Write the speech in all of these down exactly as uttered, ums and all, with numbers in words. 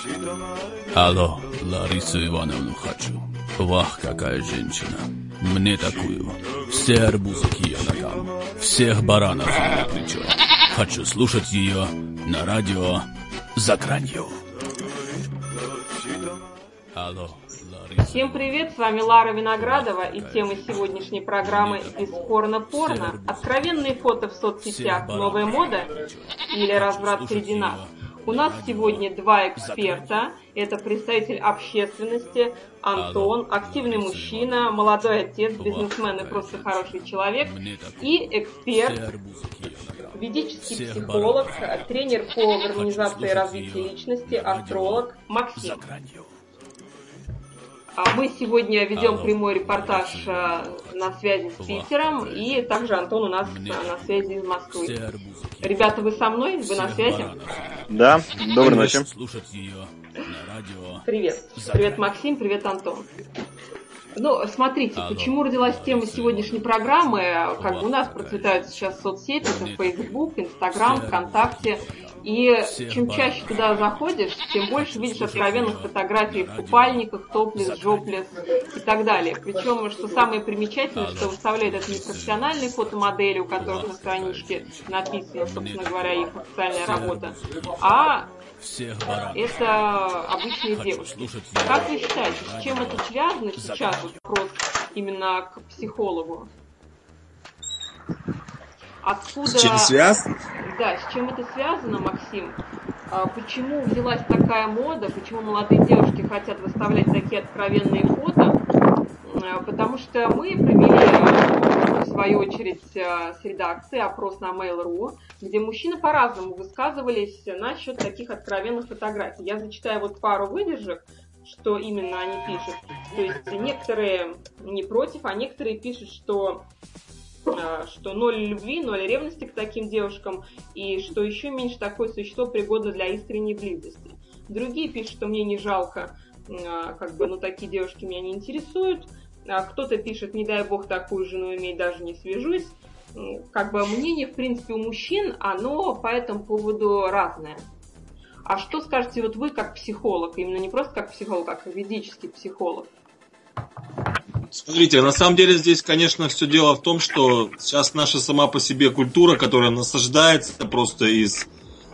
Алло, Ларису Ивановну хочу. Вах, какая женщина. Мне такую. Все арбузы к ее ногам. Всех баранов на плечо. Хочу слушать ее на радио за гранью. Алло, Лариса. Всем привет, с вами Лара Виноградова, и тема сегодняшней программы «Бесспорно-порно». Откровенные фото в соцсетях, новая мода или разврат среди нас. У нас сегодня два эксперта. Это представитель общественности Антон, активный мужчина, молодой отец, бизнесмен и просто хороший человек. И эксперт, ведический психолог, тренер по гармонизации и развитию личности, астролог Максим. Мы сегодня ведем прямой репортаж на связи с Питером, и также Антон у нас на связи из Москвы. Ребята, вы со мной? Вы на связи? Да, доброй ночи. Привет. Привет, Максим, привет, Антон. Ну, смотрите, почему родилась тема сегодняшней программы? Как бы у нас процветают сейчас соцсети, это Facebook, Instagram, ВКонтакте. И чем чаще туда заходишь, тем больше видишь откровенных фотографий в купальниках, топлес, жоплес и так далее. Причем, что самое примечательное, что выставляют это не профессиональные фотомодели, у которых на страничке написано, собственно говоря, их официальная работа, а это обычные девушки. Как вы считаете, с чем это связано сейчас? Вопрос именно к психологу. Откуда... С чем связано? Да, с чем это связано, Максим? А почему взялась такая мода? Почему молодые девушки хотят выставлять такие откровенные фото? Потому что мы провели, в свою очередь, с редакцией опрос на Mail точка ру, где мужчины по-разному высказывались насчет таких откровенных фотографий. Я зачитаю вот пару выдержек, что именно они пишут. То есть некоторые не против, а некоторые пишут, что... что ноль любви, ноль ревности к таким девушкам, и что еще меньше такое существо пригодно для искренней близости. Другие пишут, что мне не жалко, как бы, ну такие девушки меня не интересуют. Кто-то пишет, не дай бог такую жену иметь, даже не свяжусь. Как бы мнение, в принципе, у мужчин, оно по этому поводу разное. А что скажете вот вы как психолог, именно не просто как психолог, а как ведический психолог? Смотрите, на самом деле здесь, конечно, все дело в том, что сейчас наша сама по себе культура, которая насаждается просто из,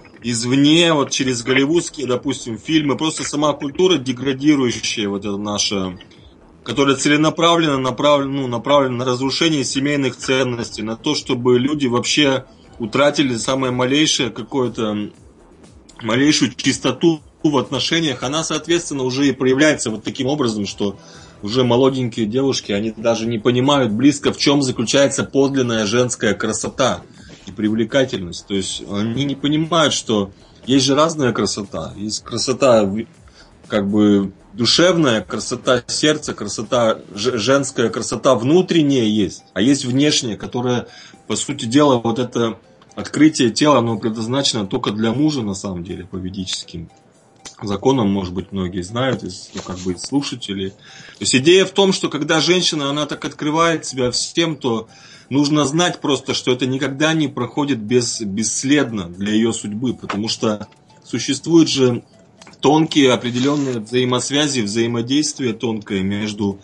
извне, вот через голливудские, допустим, фильмы, просто сама культура деградирующая, вот эта наша, которая целенаправленно направлена, ну, направлена на разрушение семейных ценностей, на то, чтобы люди вообще утратили самое малейшее какое-то, малейшую чистоту в отношениях. Она, соответственно, уже и проявляется вот таким образом, что уже молоденькие девушки, они даже не понимают близко, в чем заключается подлинная женская красота и привлекательность. То есть они не понимают, что есть же разная красота. Есть красота как бы душевная, красота сердца, красота женская, красота внутренняя есть. А есть внешняя, которая, по сути дела, вот это открытие тела, оно предназначено только для мужа, на самом деле, по ведическим законам, может быть, многие знают, из, ну, как бы из слушателей. То есть идея в том, что когда женщина, она так открывает себя всем, то нужно знать просто, что это никогда не проходит без, бесследно для ее судьбы, потому что существуют же тонкие определенные взаимосвязи, взаимодействие тонкое между,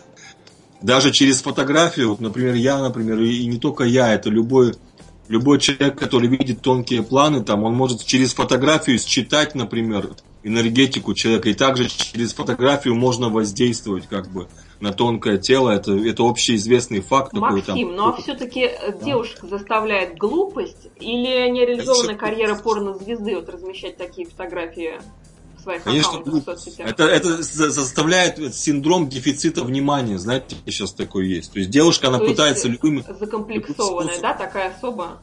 даже через фотографию, вот, например, я, например, и не только я, это любой Любой человек, который видит тонкие планы, там, он может через фотографию считать, например, энергетику человека. И также через фотографию можно воздействовать как бы на тонкое тело. Это, это общеизвестный факт. Максим, такой, там, ну а все-таки да. Девушек заставляет глупость или нереализованная это карьера порнозвезды вот размещать такие фотографии в своих Конечно, аккаунтах в соцсетях? Это, это заставляет синдром дефицита внимания. Знаете, сейчас такой есть. То есть девушка, она То пытается есть любыми... закомплексованная, да, такая особа?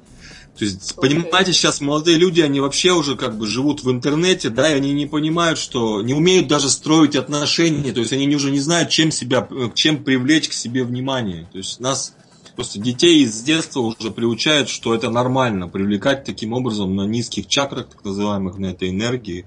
То есть, понимаете, сейчас молодые люди, они вообще уже как бы живут в интернете, да, и они не понимают, что не умеют даже строить отношения, то есть они уже не знают, чем себя, чем привлечь к себе внимание. То есть нас просто детей с детства уже приучают, что это нормально, привлекать таким образом на низких чакрах, так называемых, на этой энергии,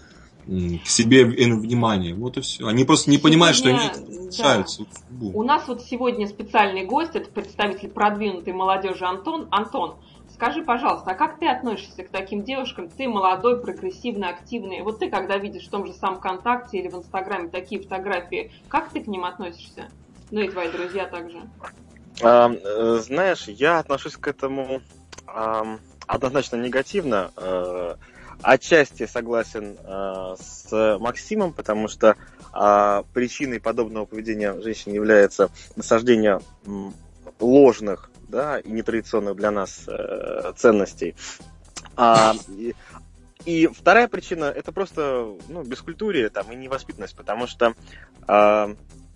к себе внимание. Вот и все. Они просто не понимают, сегодня, что они решаются. Да. У нас вот сегодня специальный гость, это представитель продвинутой молодежи Антон. Антон, Скажи, пожалуйста, а как ты относишься к таким девушкам? Ты молодой, прогрессивный, активный. Вот ты, когда видишь в том же самом ВКонтакте или в Инстаграме такие фотографии, как ты к ним относишься? Ну и твои друзья также. А, знаешь, я отношусь к этому а, однозначно негативно. А, отчасти согласен а, с Максимом, потому что а, причиной подобного поведения женщин является насаждение м, ложных, да, и нетрадиционных для нас э, ценностей. А, и, и вторая причина — это просто ну, бескультурие там, и невоспитанность, потому что э,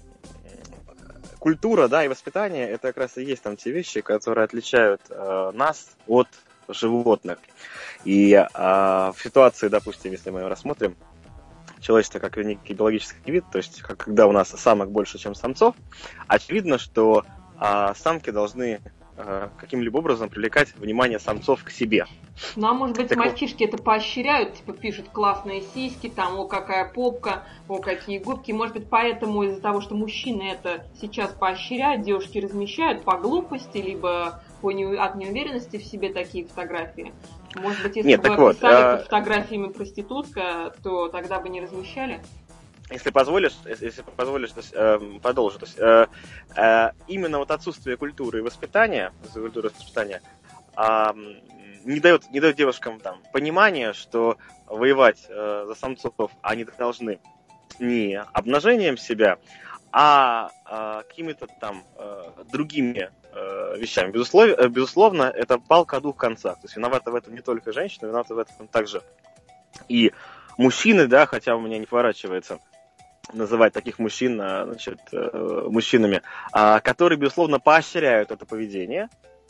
культура, да, и воспитание — это как раз и есть там те вещи, которые отличают э, нас от животных. И э, в ситуации, допустим, если мы ее рассмотрим, человечество как некий биологический вид, то есть когда у нас самок больше, чем самцов, очевидно, что э, самки должны каким-либо образом привлекать внимание самцов к себе. Ну, а может быть, так мальчишки вот это поощряют, типа пишут классные сиськи, там, о, какая попка, о, какие губки. Может быть, поэтому из-за того, что мужчины это сейчас поощряют, девушки размещают по глупости, либо по не... от неуверенности в себе такие фотографии. Может быть, если Нет, бы так вот, описали а... под фотографиями проститутка, то тогда бы не размещали? Если позволишь, если позволишь, то есть, э, продолжу. То есть, э, э, именно вот отсутствие культуры и воспитания, культуры и воспитания э, не дает, не дает девушкам там понимания, что воевать э, за самцов они должны не обнажением себя, а э, какими-то там э, другими э, вещами. Безусловно, безусловно, это палка о двух концах. То есть виновата в этом не только женщина, виновата в этом также и мужчины, да, хотя у меня не поворачивается называть таких мужчин, значит, мужчинами, которые, безусловно, поощряют это поведение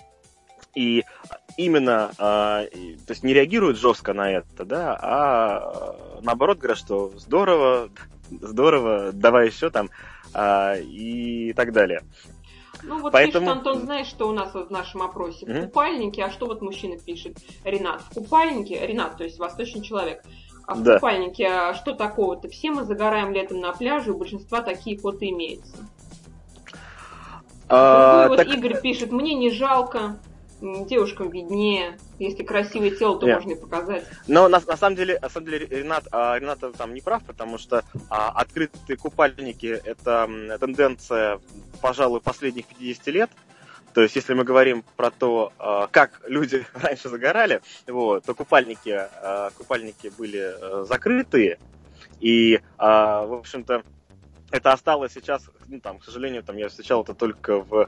и именно, то есть не реагируют жестко на это, да, а наоборот говорят, что здорово, здорово, давай еще там и так далее. Ну вот Поэтому... пишет Антон, знаешь, что у нас вот в нашем опросе? В Mm-hmm. купальнике, а что вот мужчина пишет? Ренат, в купальнике, Ренат, то есть восточный человек, а в да. купальнике, а что такого-то? Все мы загораем летом на пляже, у большинства такие фото имеются. А, Другой так... вот Игорь пишет, мне не жалко, девушкам виднее, если красивое тело, то Нет. можно и показать. Но на, на самом деле, на самом деле Ренат, а, Ренат там не прав, потому что а, открытые купальники — это тенденция, пожалуй, последних пятьдесят лет. То есть, если мы говорим про то, как люди раньше загорали, вот, то купальники, купальники были закрытые, и, в общем-то, это осталось сейчас, ну, там, к сожалению, там, я встречал это только в,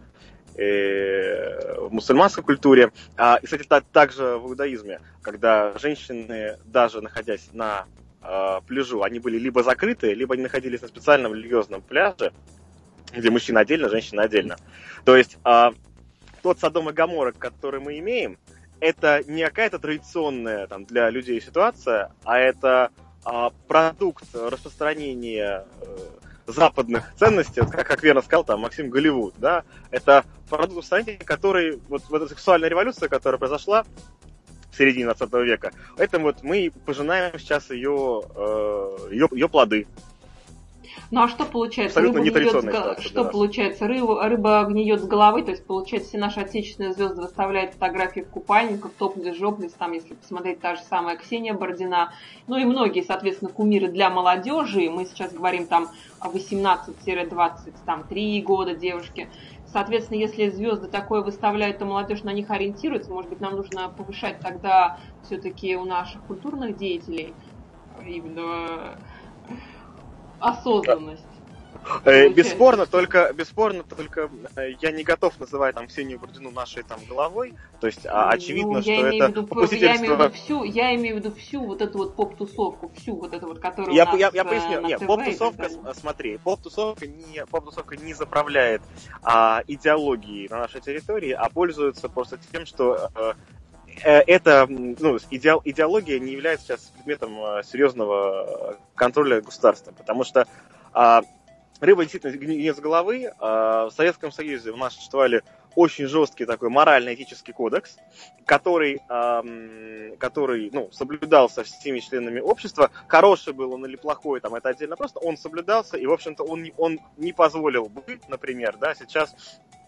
э, в мусульманской культуре, а, и, кстати, так, также в иудаизме, когда женщины, даже находясь на э, пляжу, они были либо закрыты, либо они находились на специальном религиозном пляже, где мужчина отдельно, женщина отдельно. То есть э, тот Содом и Гоморра, который мы имеем, это не какая-то традиционная там, для людей ситуация, а это э, продукт распространения э, западных ценностей, вот как, как верно сказал там Максим, Голливуд, да, это продукт распространения, который, вот, вот эта сексуальная революция, которая произошла в середине двадцатого века, поэтому вот мы пожинаем сейчас ее, э, ее, ее плоды. Ну а что получается? Абсолютно Рыба гниет с нетрадиционная го... ситуация. Что получается? Рыба, рыба гниет с головы, то есть получается все наши отечественные звезды выставляют фотографии в купальниках, топлес, жоплес, там, если посмотреть, та же самая Ксения Бородина, ну и многие, соответственно, кумиры для молодежи, мы сейчас говорим там восемнадцать-двадцать три года девушки. Соответственно, если звезды такое выставляют, то молодежь на них ориентируется. Может быть, нам нужно повышать тогда все-таки у наших культурных деятелей именно осознанность. Э, бесспорно, только, бесспорно, только я не готов называть там Ксению Бородину нашей там головой. То есть а, очевидно, ну, что я это виду, попустительство... Я имею в виду всю, я имею в виду всю вот эту вот поп-тусовку, всю вот эту вот, которую я, у нас я, я поясню, на нет, ТВ поп-тусовка, смотри, поп-тусовка не, поп-тусовка не заправляет а, идеологией на нашей территории, а пользуется просто тем, что а, это, ну, идеал, идеология не является сейчас предметом а, серьезного контроля государства, потому что а, рыба действительно гниет с головы. В Советском Союзе у нас существовали очень жесткий такой морально-этический кодекс, который, который ну, соблюдался всеми членами общества. Хороший был он или плохой, там, это отдельно просто. Он соблюдался, и, в общем-то, он, он не позволил бы, например, да, сейчас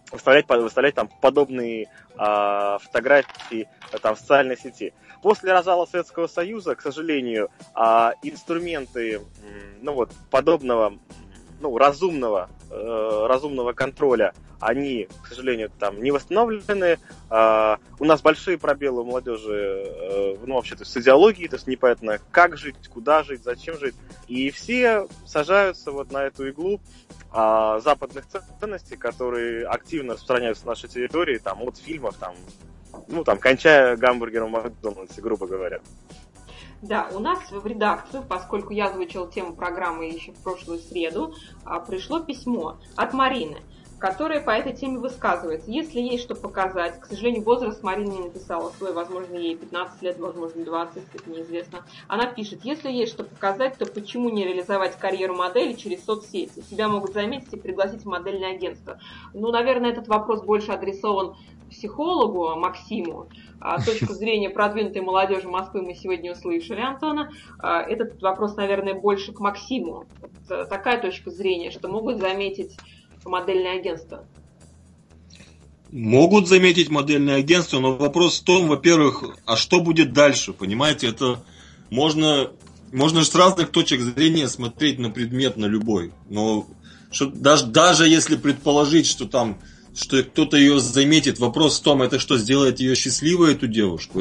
выставлять, выставлять там подобные а, фотографии там, в социальной сети. После развала Советского Союза, к сожалению, а, инструменты ну, вот, подобного ну, разумного, э, разумного контроля, они, к сожалению, там не восстановлены. А, у нас большие пробелы у молодежи, э, ну, вообще-то, с идеологией, то есть непонятно, как жить, куда жить, зачем жить. И все сажаются вот на эту иглу а, западных ценностей, которые активно распространяются на нашей территории, там, от фильмов, там, ну, там, кончая гамбургером в Макдональдсе, грубо говоря. Да, у нас в редакцию, поскольку я озвучила тему программы еще в прошлую среду, пришло письмо от Марины, которая по этой теме высказывается. Если есть что показать, к сожалению, возраст Марины не написала свой, возможно, ей пятнадцать лет, возможно, двадцать, это неизвестно. Она пишет, если есть что показать, то почему не реализовать карьеру модели через соцсети? Тебя могут заметить и пригласить в модельное агентство. Ну, наверное, этот вопрос больше адресован психологу Максиму. А, точку зрения продвинутой молодежи Москвы мы сегодня услышали, Антона. А, этот вопрос, наверное, больше к Максиму. Вот такая точка зрения, что могут заметить модельное агентство. Могут заметить модельное агентство, но вопрос в том, во-первых, а что будет дальше, понимаете? Это можно, можно же с разных точек зрения смотреть на предмет, на любой. Но что, даже, даже если предположить, что там что кто-то ее заметит, вопрос в том, это что, сделает ее счастливой, эту девушку?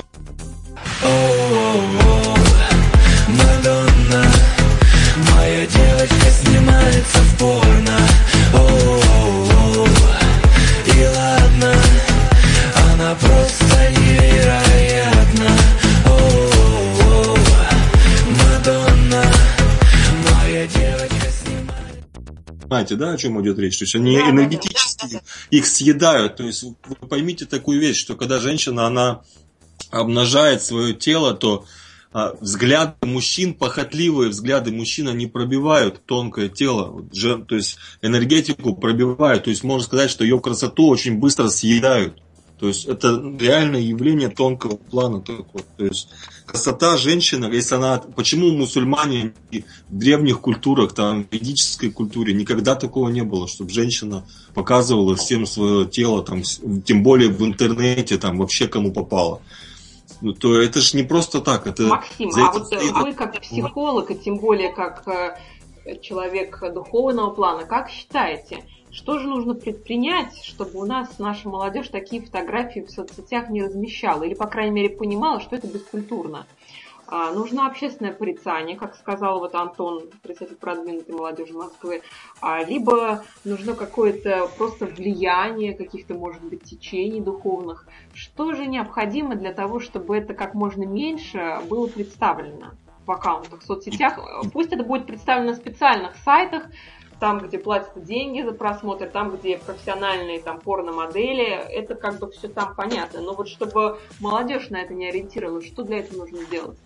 Мадонна, моя девочка снимается в порно. И ладно, она просто невероятна. Мадонна, моя девочка снимается. Понимаете, да, о чем идет речь? То есть они да, энергетически да, да. их съедают. То есть вы поймите такую вещь, что когда женщина, она обнажает свое тело, то а, взгляды мужчин, похотливые взгляды мужчин, они пробивают тонкое тело, же, то есть энергетику пробивают. То есть можно сказать, что ее красоту очень быстро съедают. То есть это реальное явление тонкого плана. Такого. То есть красота женщины, если она... Почему мусульмане в древних культурах, там, в ведической культуре никогда такого не было, чтобы женщина показывала всем свое тело, там, тем более в интернете, там, вообще кому попало. Ну, то это же не просто так. Это Максим, а вот стоит... вы как психолог, и тем более как человек духовного плана, как считаете, что же нужно предпринять, чтобы у нас наша молодежь такие фотографии в соцсетях не размещала? Или, по крайней мере, понимала, что это бескультурно? А, нужно общественное порицание, как сказал вот Антон, представитель продвинутой молодежи Москвы. А, либо нужно какое-то просто влияние каких-то, может быть, течений духовных. Что же необходимо для того, чтобы это как можно меньше было представлено в аккаунтах, в соцсетях? Пусть это будет представлено на специальных сайтах, там, где платят деньги за просмотр, там, где профессиональные там порномодели, это как бы все там понятно. Но вот чтобы молодежь на это не ориентировалась, что для этого нужно сделать?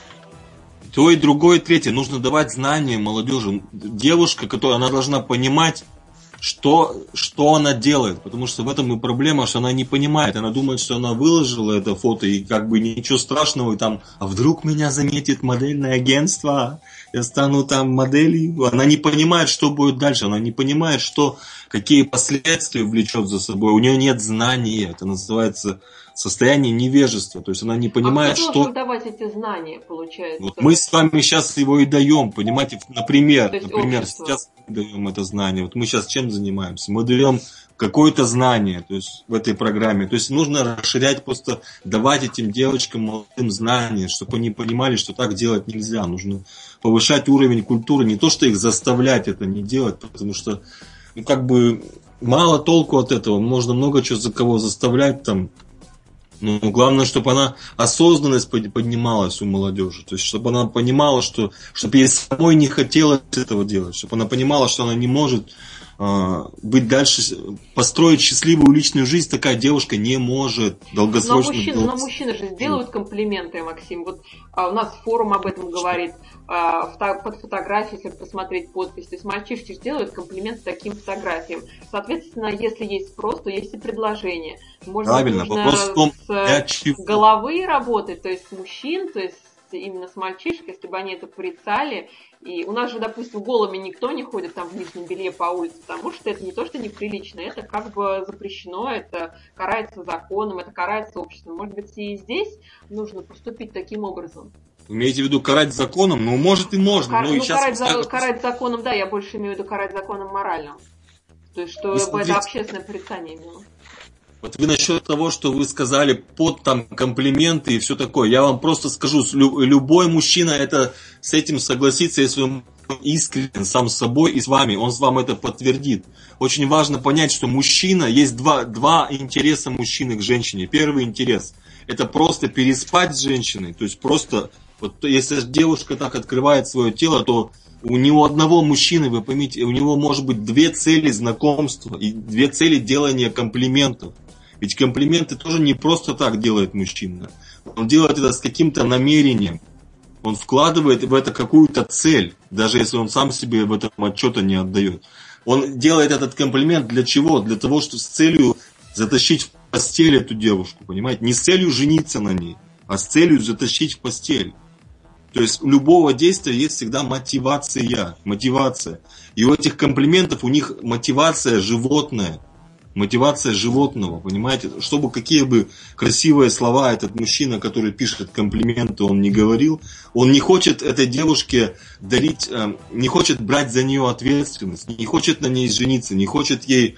То и другое, и третье. Нужно давать знания молодежи. Девушка, которая она должна понимать, что, что она делает. Потому что в этом и проблема, что она не понимает. Она думает, что она выложила это фото, и как бы ничего страшного, и там, а вдруг меня заметит модельное агентство, я стану там моделью. Она не понимает, что будет дальше. Она не понимает, что, какие последствия влечет за собой. У нее нет знания. Это называется состояние невежества. То есть она не понимает, а кто что... должен давать эти знания, получается? Вот мы с вами сейчас его и даем, понимаете, например, например, общество. Сейчас мы даем это знание. Вот мы сейчас чем занимаемся? Мы даем какое-то знание, то есть в этой программе. То есть нужно расширять, просто давать этим девочкам молодым знания, чтобы они понимали, что так делать нельзя. Нужно повышать уровень культуры, не то, что их заставлять это не делать, потому что, ну, как бы, мало толку от этого. Можно много чего за кого заставлять там. Но главное, чтобы она осознанность поднималась у молодежи. То есть, чтобы она понимала, что, чтобы ей самой не хотелось этого делать. Чтобы она понимала, что она не может э, быть дальше, построить счастливую личную жизнь. Такая девушка не может долгосрочно... Но мужчины, но мужчины же сделают комплименты, Максим. Вот а, у нас форум об этом говорит. А, фото, под фотографией, если посмотреть подпись. То есть мальчишки делают комплименты таким фотографиям. Соответственно, если есть спрос, то есть и предложение. Может, правильно, нужно вопрос в том, с головы работать, то есть с мужчин, то есть именно с мальчишкой, если бы они это порицали. И у нас же, допустим, голыми никто не ходит там в нижнем белье по улице, потому что это не то, что неприлично, это как бы запрещено, это карается законом, это карается обществом. Может быть, и здесь нужно поступить таким образом. Вы имеете в виду карать законом? Ну, может и можно. Кар... Ну, и ну, сейчас... карать, за... карать законом, да, я больше имею в виду карать законом моральным. То есть, что это общественное порицание именно. Вот вы насчет того, что вы сказали под там комплименты и все такое, я вам просто скажу, любой мужчина это с этим согласится, если он искренен сам с собой и с вами, он с вам это подтвердит. Очень важно понять, что мужчина, есть два, два интереса мужчины к женщине. Первый интерес – это просто переспать с женщиной, то есть просто, вот, если девушка так открывает свое тело, то у него одного мужчины, вы поймите, у него может быть две цели знакомства и две цели делания комплиментов. Ведь комплименты тоже не просто так делает мужчина. Он делает это с каким-то намерением. Он вкладывает в это какую-то цель, даже если он сам себе в этом отчета не отдает. Он делает этот комплимент для чего? Для того, чтобы с целью затащить в постель эту девушку, понимаете? Не с целью жениться на ней, а с целью затащить в постель. То есть у любого действия есть всегда мотивация. Мотивация. И у этих комплиментов у них мотивация животная. Мотивация животного, понимаете? Чтобы какие бы красивые слова этот мужчина, который пишет комплименты, он не говорил, он не хочет этой девушке дарить, не хочет брать за нее ответственность, не хочет на ней жениться, не хочет ей,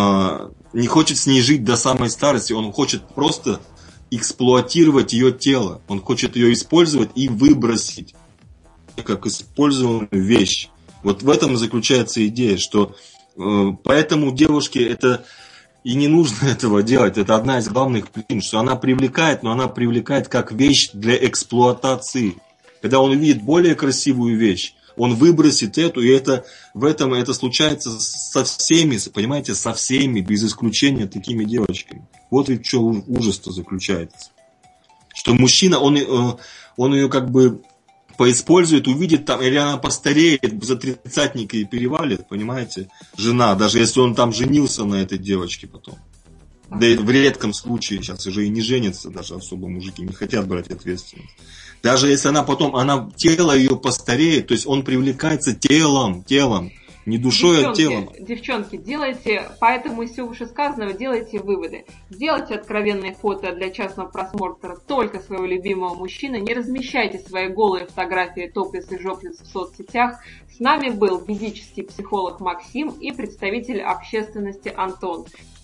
не хочет с ней жить до самой старости, он хочет просто эксплуатировать ее тело, он хочет ее использовать и выбросить, как использованную вещь. Вот в этом заключается идея, что поэтому девушке это и не нужно этого делать. Это одна из главных причин, что она привлекает, но она привлекает как вещь для эксплуатации. Когда он увидит более красивую вещь, он выбросит эту, и это, в этом это случается со всеми, понимаете, со всеми, без исключения такими девочками. Вот ведь что ужас-то заключается. Что мужчина, он, он ее как бы поиспользует, увидит там, или она постареет, за тридцатника и перевалит, понимаете, жена, даже если он там женился на этой девочке потом. Да и в редком случае сейчас уже и не женятся даже особо мужики, не хотят брать ответственность. Даже если она потом, она, тело ее постареет, то есть он привлекается телом, телом, не душой, девчонки, а телом. Девчонки, делайте, поэтому из всего вышесказанного делайте выводы. Делайте откровенные фото для частного просмотра только своего любимого мужчины. Не размещайте свои голые фотографии топлес и жоплес в соцсетях. С нами был ведический психолог Максим и представитель общественности Антон.